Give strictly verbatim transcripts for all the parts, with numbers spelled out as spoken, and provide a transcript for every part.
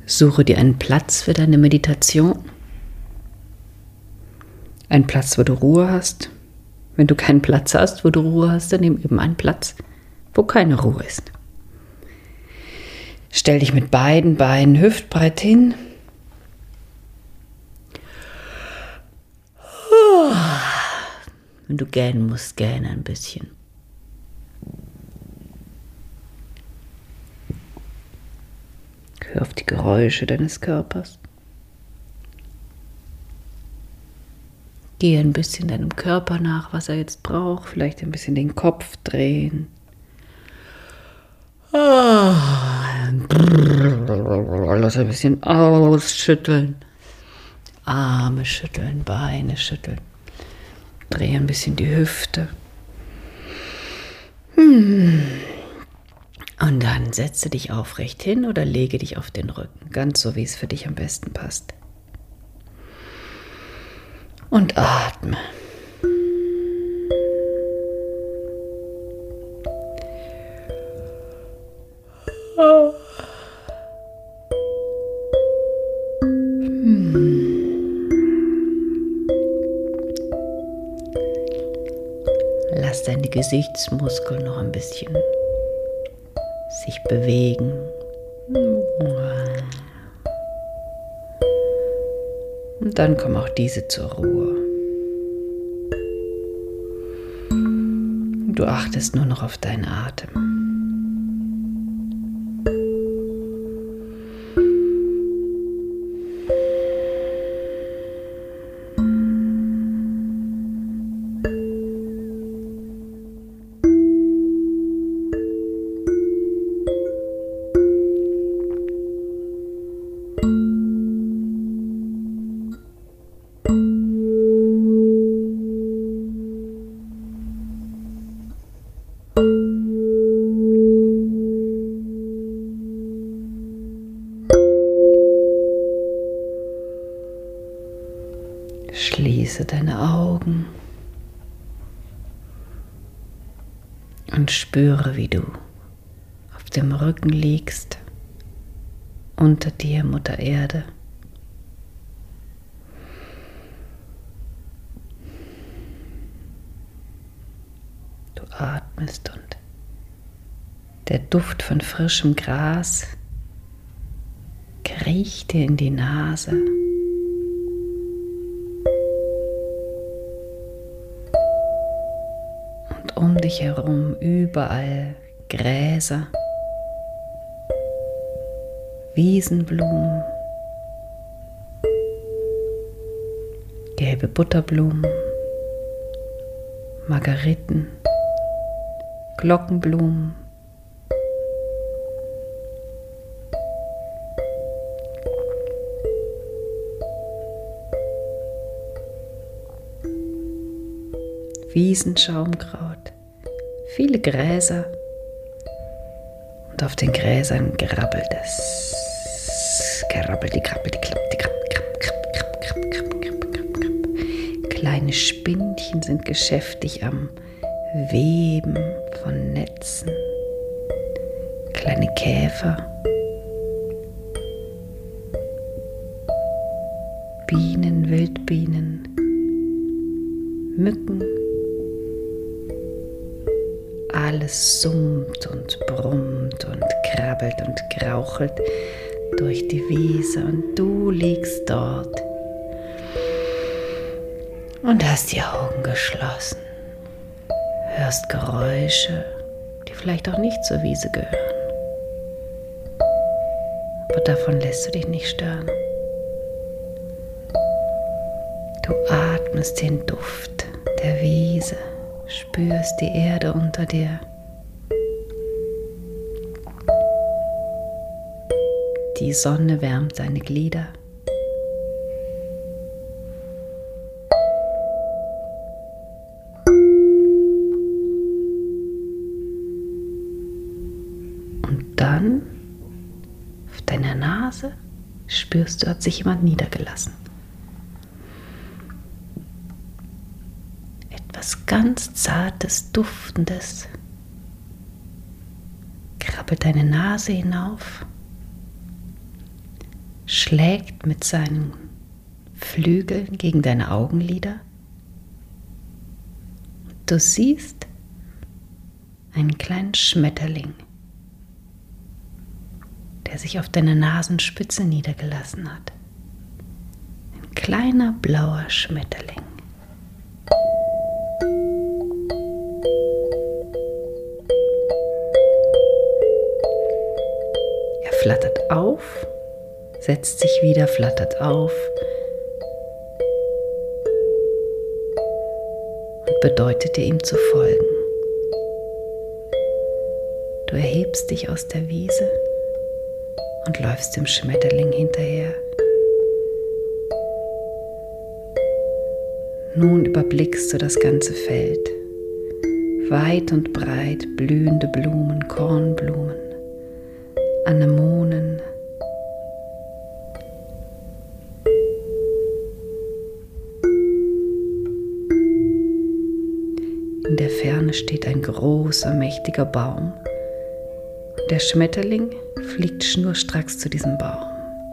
Suche dir einen Platz für deine Meditation. Einen Platz, wo du Ruhe hast. Wenn du keinen Platz hast, wo du Ruhe hast, dann nimm eben einen Platz, wo keine Ruhe ist. Stell dich mit beiden Beinen hüftbreit hin. Wenn du gähnen musst, gähne ein bisschen. Hör auf die Geräusche deines Körpers. Gehe ein bisschen deinem Körper nach, was er jetzt braucht. Vielleicht ein bisschen den Kopf drehen. Lass ein bisschen ausschütteln. Arme schütteln, Beine schütteln. Dreh ein bisschen die Hüfte. Und dann setze dich aufrecht hin oder lege dich auf den Rücken. Ganz so, wie es für dich am besten passt. Und atme. Lass deine Gesichtsmuskeln noch ein bisschen sich bewegen. Und dann komm auch diese zur Ruhe. Du achtest nur noch auf deinen Atem. Schließe deine Augen und spüre, wie du auf dem Rücken liegst, unter dir Mutter Erde. Du atmest und der Duft von frischem Gras kriecht dir in die Nase. Um dich herum überall Gräser, Wiesenblumen, gelbe Butterblumen, Margeriten, Glockenblumen, Wiesenschaumkraut, viele Gräser und auf den Gräsern grabbelt es. Grabbelt, die grabbelt, die klappt, die krabbt, krabbt, krabbt, krabbt, krabbt, krabbt, krabbt, krabbt, krabbt. Kleine Spinnchen sind geschäftig am Weben von Netzen. Kleine Käfer. Bienen, Wildbienen, Mücken. Alles summt und brummt und krabbelt und krauchelt durch die Wiese und du liegst dort und hast die Augen geschlossen, hörst Geräusche, die vielleicht auch nicht zur Wiese gehören, aber davon lässt du dich nicht stören. Du atmest den Duft der Wiese. Spürst die Erde unter dir. Die Sonne wärmt deine Glieder. Und dann auf deiner Nase spürst du, hat sich jemand niedergelassen. Etwas ganz Zartes, Duftendes krabbelt deine Nase hinauf schlägt mit seinen Flügeln gegen deine Augenlider. Du siehst einen kleinen Schmetterling, der sich auf deiner Nasenspitze niedergelassen hat. Ein kleiner blauer Schmetterling. Er flattert auf, setzt sich wieder, flattert auf und bedeutet dir, ihm zu folgen. Du erhebst dich aus der Wiese und läufst dem Schmetterling hinterher. Nun überblickst du das ganze Feld. Weit und breit blühende Blumen, Kornblumen, Anemonen. In der Ferne steht ein großer, mächtiger Baum. Der Schmetterling fliegt schnurstracks zu diesem Baum.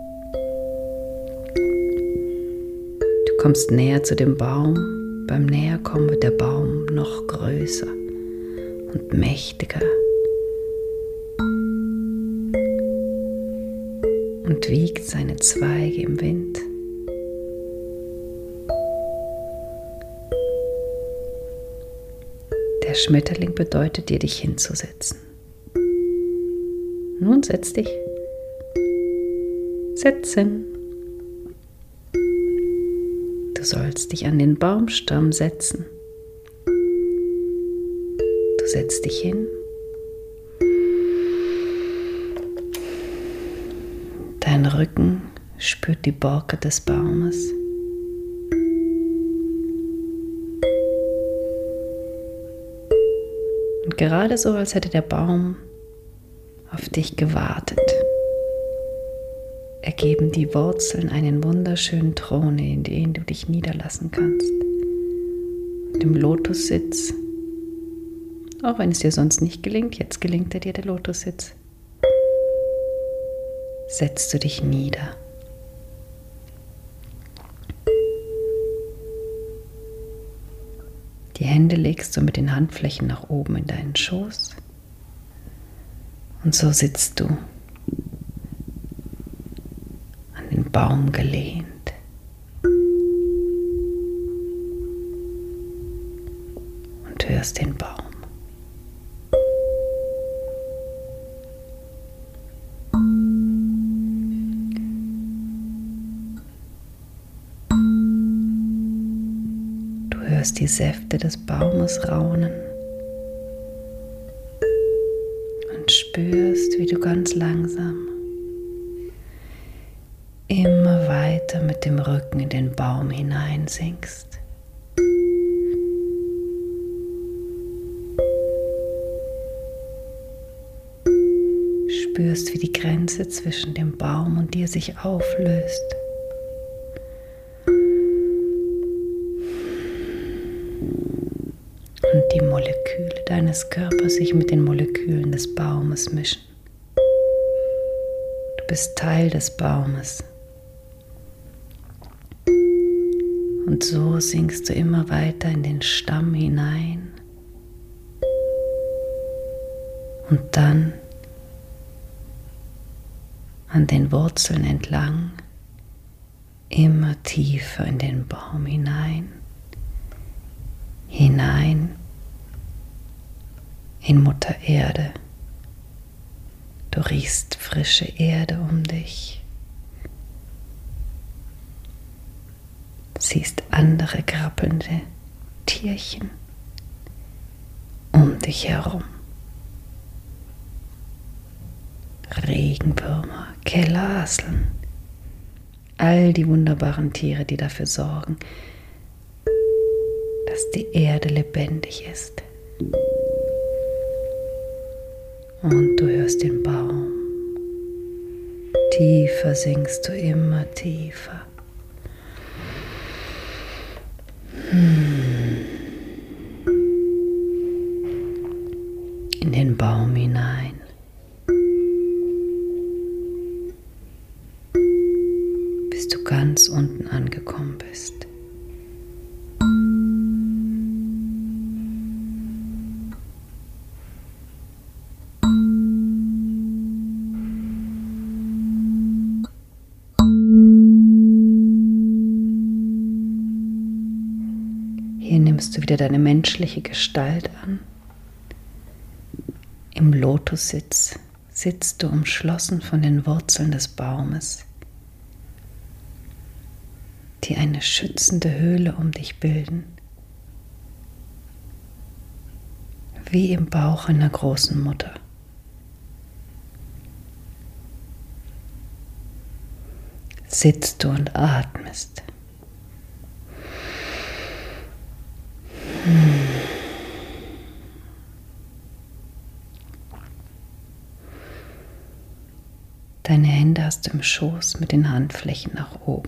Du kommst näher zu dem Baum. Beim Näherkommen wird der Baum noch größer und mächtiger und wiegt seine Zweige im Wind. Der Schmetterling bedeutet dir, dich hinzusetzen. Nun setz dich. Setzen. Du sollst dich an den Baumstamm setzen. Du setzt dich hin. Dein Rücken spürt die Borke des Baumes. Und gerade so, als hätte der Baum auf dich gewartet, ergeben die Wurzeln einen wunderschönen Thron, in den du dich niederlassen kannst. Und im Lotussitz, auch wenn es dir sonst nicht gelingt, jetzt gelingt dir der Lotussitz, setzt du dich nieder. Die Hände legst du mit den Handflächen nach oben in deinen Schoß. Und so sitzt du an den Baum gelehnt. Und hörst den Baum. Du hörst die Säfte des Baumes raunen. Spürst, wie du ganz langsam immer weiter mit dem Rücken in den Baum hineinsinkst. Spürst, wie die Grenze zwischen dem Baum und dir sich auflöst. Und die Moleküle deines Körpers sich mit den Molekülen des Baumes mischen. Du bist Teil des Baumes. Und so sinkst du immer weiter in den Stamm hinein. Und dann an den Wurzeln entlang, immer tiefer in den Baum hinein. Hinein in Mutter Erde. Du riechst frische Erde um dich. Siehst andere krabbelnde Tierchen um dich herum. Regenwürmer, Kellerasseln, all die wunderbaren Tiere, die dafür sorgen, dass die Erde lebendig ist. Und du hörst den Baum. Tiefer sinkst du immer tiefer. In den Baum hinein. bis du ganz unten angekommen bist. Hier nimmst du wieder deine menschliche Gestalt an. Im Lotussitz sitzt du umschlossen von den Wurzeln des Baumes, die eine schützende Höhle um dich bilden, wie im Bauch einer großen Mutter. Sitzt du und atmest. Deine Hände hast du im Schoß mit den Handflächen nach oben.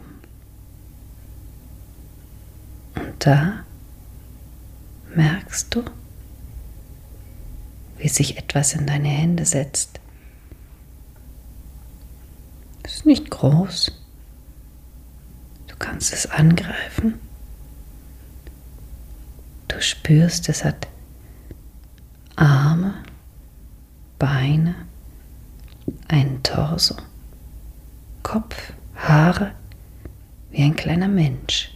Und da merkst du, wie sich etwas in deine Hände setzt. Es ist nicht groß. Du kannst es angreifen. Du spürst, es hat Arme, Beine, einen Torso, Kopf, Haare, wie ein kleiner Mensch.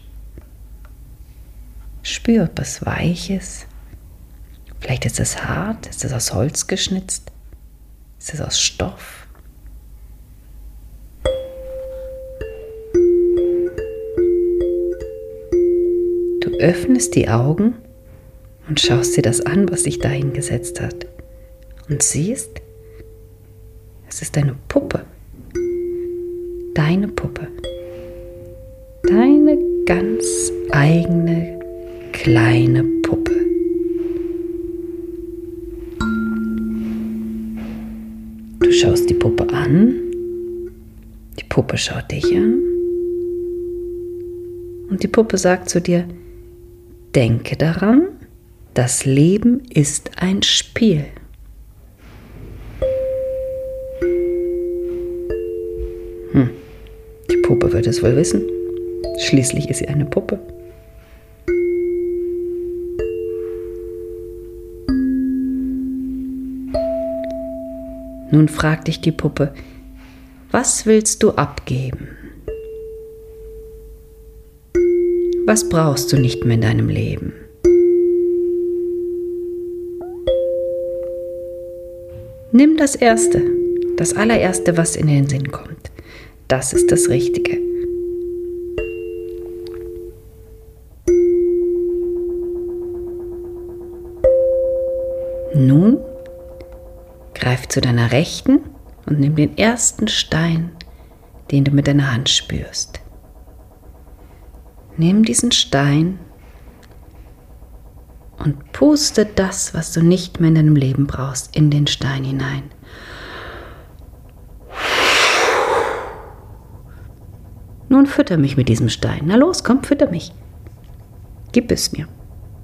Spür, ob es weich ist. Vielleicht ist es hart, ist es aus Holz geschnitzt, ist es aus Stoff. Du öffnest die Augen und schaust dir das an, was sich da hingesetzt hat. Und siehst, es ist eine Puppe. Deine Puppe. Deine ganz eigene kleine Puppe. Du schaust die Puppe an. Die Puppe schaut dich an. Und die Puppe sagt zu dir: Denke daran, das Leben ist ein Spiel. Hm, die Puppe wird es wohl wissen. Schließlich ist sie eine Puppe. Nun fragt dich die Puppe: Was willst du abgeben? Was brauchst du nicht mehr in deinem Leben? Nimm das Erste, das allererste, was in den Sinn kommt. Das ist das Richtige. Nun greif zu deiner Rechten und nimm den ersten Stein, den du mit deiner Hand spürst. Nimm diesen Stein und puste das, was du nicht mehr in deinem Leben brauchst, in den Stein hinein. Nun fütter mich mit diesem Stein. Na los, komm, fütter mich. Gib es mir.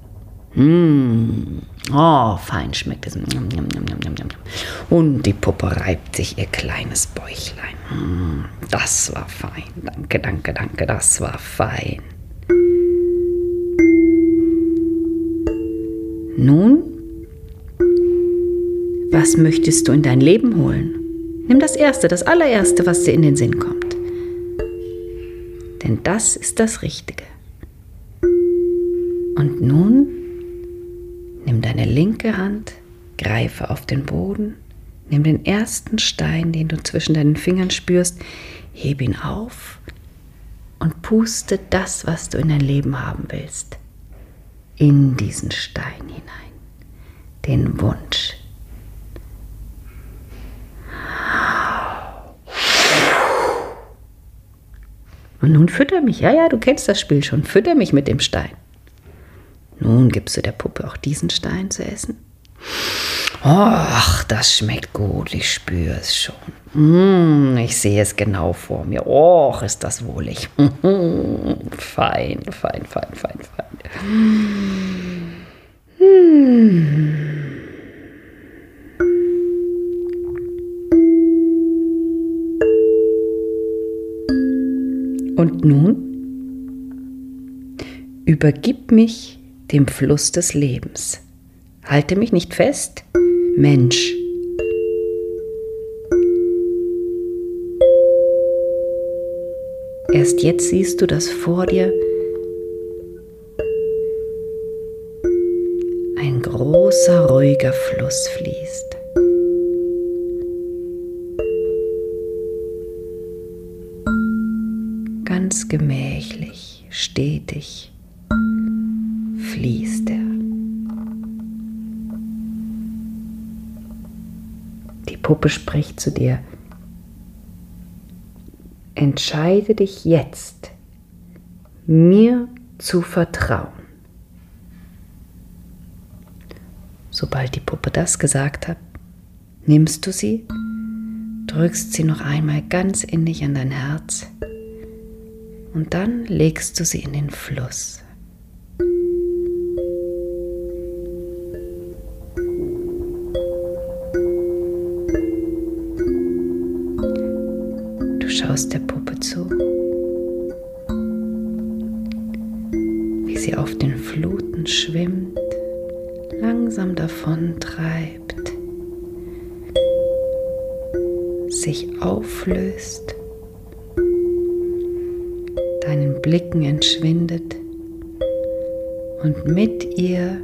Mmh. Oh, fein schmeckt es. Und die Puppe reibt sich ihr kleines Bäuchlein. Mmh. Das war fein. Danke, danke, danke, das war fein. Nun, was möchtest du in dein Leben holen? Nimm das Erste, das allererste, was dir in den Sinn kommt. Denn das ist das Richtige. Und nun, nimm deine linke Hand, greife auf den Boden, nimm den ersten Stein, den du zwischen deinen Fingern spürst, heb ihn auf und puste das, was du in dein Leben haben willst, in diesen Stein hinein, den Wunsch. Und nun fütter mich, ja, ja, du kennst das Spiel schon, fütter mich mit dem Stein. Nun gibst du der Puppe auch diesen Stein zu essen. Ach, das schmeckt gut, ich spüre es schon. Mm, ich sehe es genau vor mir. Och, ist das wohlig. Fein, fein, fein, fein, fein. Hm. nun übergib mich dem Fluss des Lebens. Halte mich nicht fest, Mensch. Erst jetzt siehst du, dass vor dir ein großer, ruhiger Fluss fließt. Ganz gemächlich, stetig fließt er. Die Puppe spricht zu dir: Entscheide dich jetzt, mir zu vertrauen. Sobald die Puppe das gesagt hat, nimmst du sie, drückst sie noch einmal ganz innig an dein Herz und dann legst du sie in den Fluss. Du schaust der Puppe zu, wie sie auf den Fluten schwimmt, langsam davontreibt, sich auflöst, deinen Blicken entschwindet und mit ihr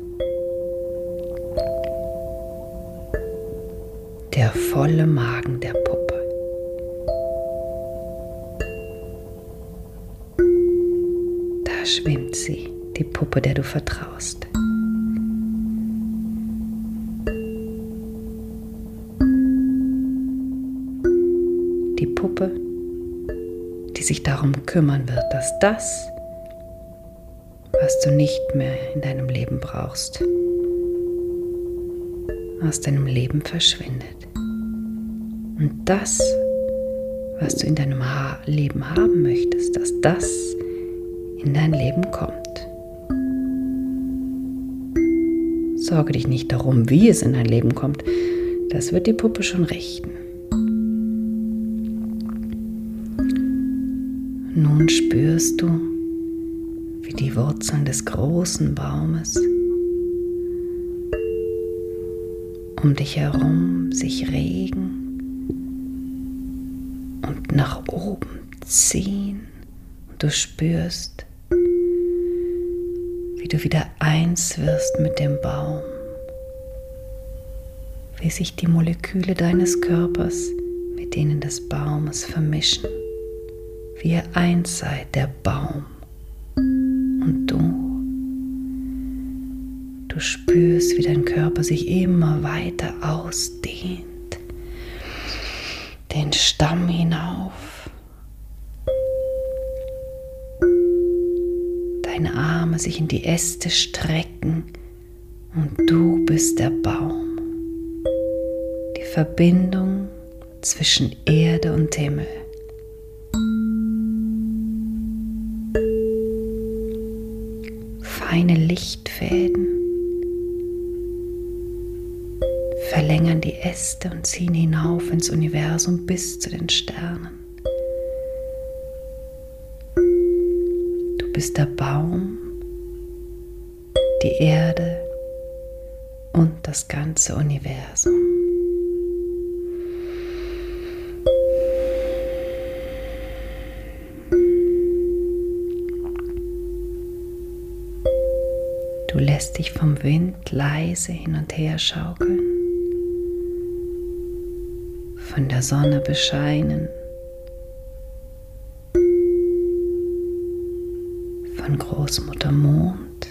der volle Magen der Puppe. Da schwimmt sie, die Puppe, der du vertraust. Die Puppe, die sich darum kümmern wird, dass das, was du nicht mehr in deinem Leben brauchst, aus deinem Leben verschwindet. Und das, was du in deinem ha- Leben haben möchtest, dass das in dein Leben kommt. Sorge dich nicht darum, wie es in dein Leben kommt. Das wird die Puppe schon richten. Nun spürst du, wie die Wurzeln des großen Baumes um dich herum sich regen und nach oben ziehen. Und du spürst, wie du wieder eins wirst mit dem Baum, wie sich die Moleküle deines Körpers mit denen des Baumes vermischen, wie ihr eins seid, der Baum und du. Du spürst, wie dein Körper sich immer weiter ausdehnt, den Stamm hinauf. Deine Arme sich in die Äste strecken und du bist der Baum. Die Verbindung zwischen Erde und Himmel. Feine Lichtfäden verlängern die Äste und ziehen hinauf ins Universum bis zu den Sternen. Du bist der Baum, die Erde und das ganze Universum. Du lässt dich vom Wind leise hin und her schaukeln, von der Sonne bescheinen, von Großmutter Mond,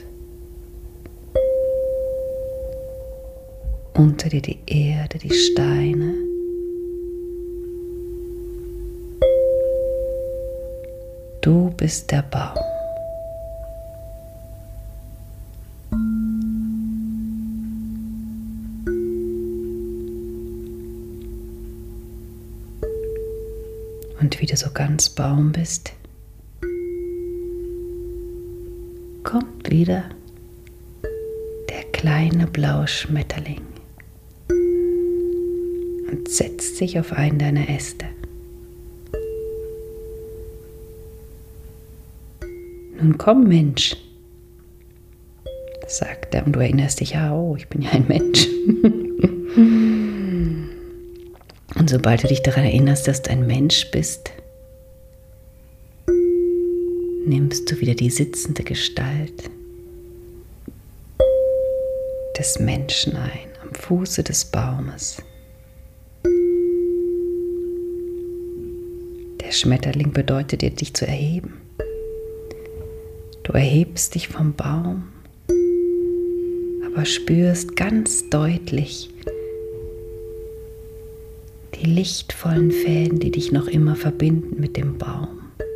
unter dir die Erde, die Steine, du bist der Baum. Und wie du so ganz Baum bist, kommt wieder der kleine blaue Schmetterling und setzt sich auf einen deiner Äste. Nun komm, Mensch, sagt er, und du erinnerst dich, ja, oh, ich bin ja ein Mensch. Und sobald du dich daran erinnerst, dass du ein Mensch bist, nimmst du wieder die sitzende Gestalt des Menschen ein, am Fuße des Baumes. Der Schmetterling bedeutet dir, dich zu erheben. Du erhebst dich vom Baum, aber spürst ganz deutlich die lichtvollen Fäden, die dich noch immer verbinden mit dem Baum,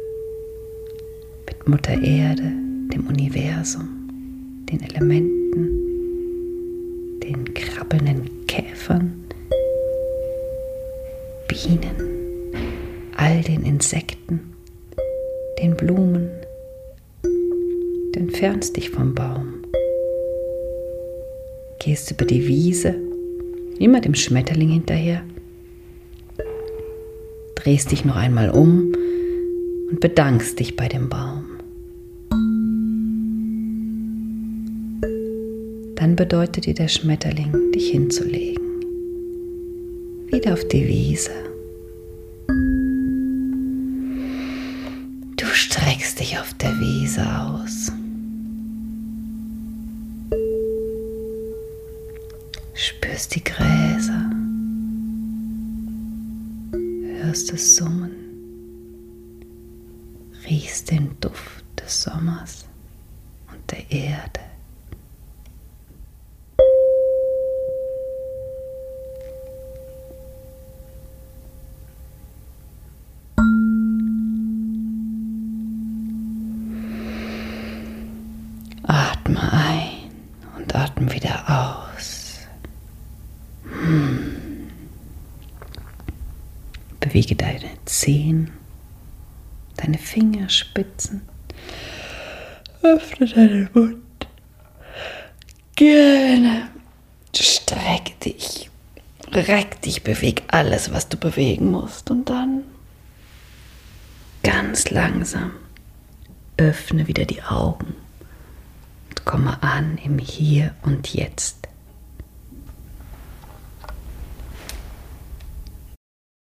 mit Mutter Erde, dem Universum, den Elementen, den krabbelnden Käfern, Bienen, all den Insekten, den Blumen. Du entfernst dich vom Baum, gehst über die Wiese, immer dem Schmetterling hinterher, drehst dich noch einmal um und bedankst dich bei dem Baum. Dann bedeutet dir der Schmetterling, dich hinzulegen, wieder auf die Wiese. Du streckst dich auf der Wiese aus. Spürst die Gräser, hörst es summen, riechst den Duft des Sommers und der Erde. Atme ein und atme wieder aus. Hm. Bewege deine Zehen, deine Fingerspitzen. Öffne deinen Mund. Gerne. Strecke dich. Reck dich, beweg alles, was du bewegen musst. Und dann ganz langsam öffne wieder die Augen. Komme an im Hier und Jetzt.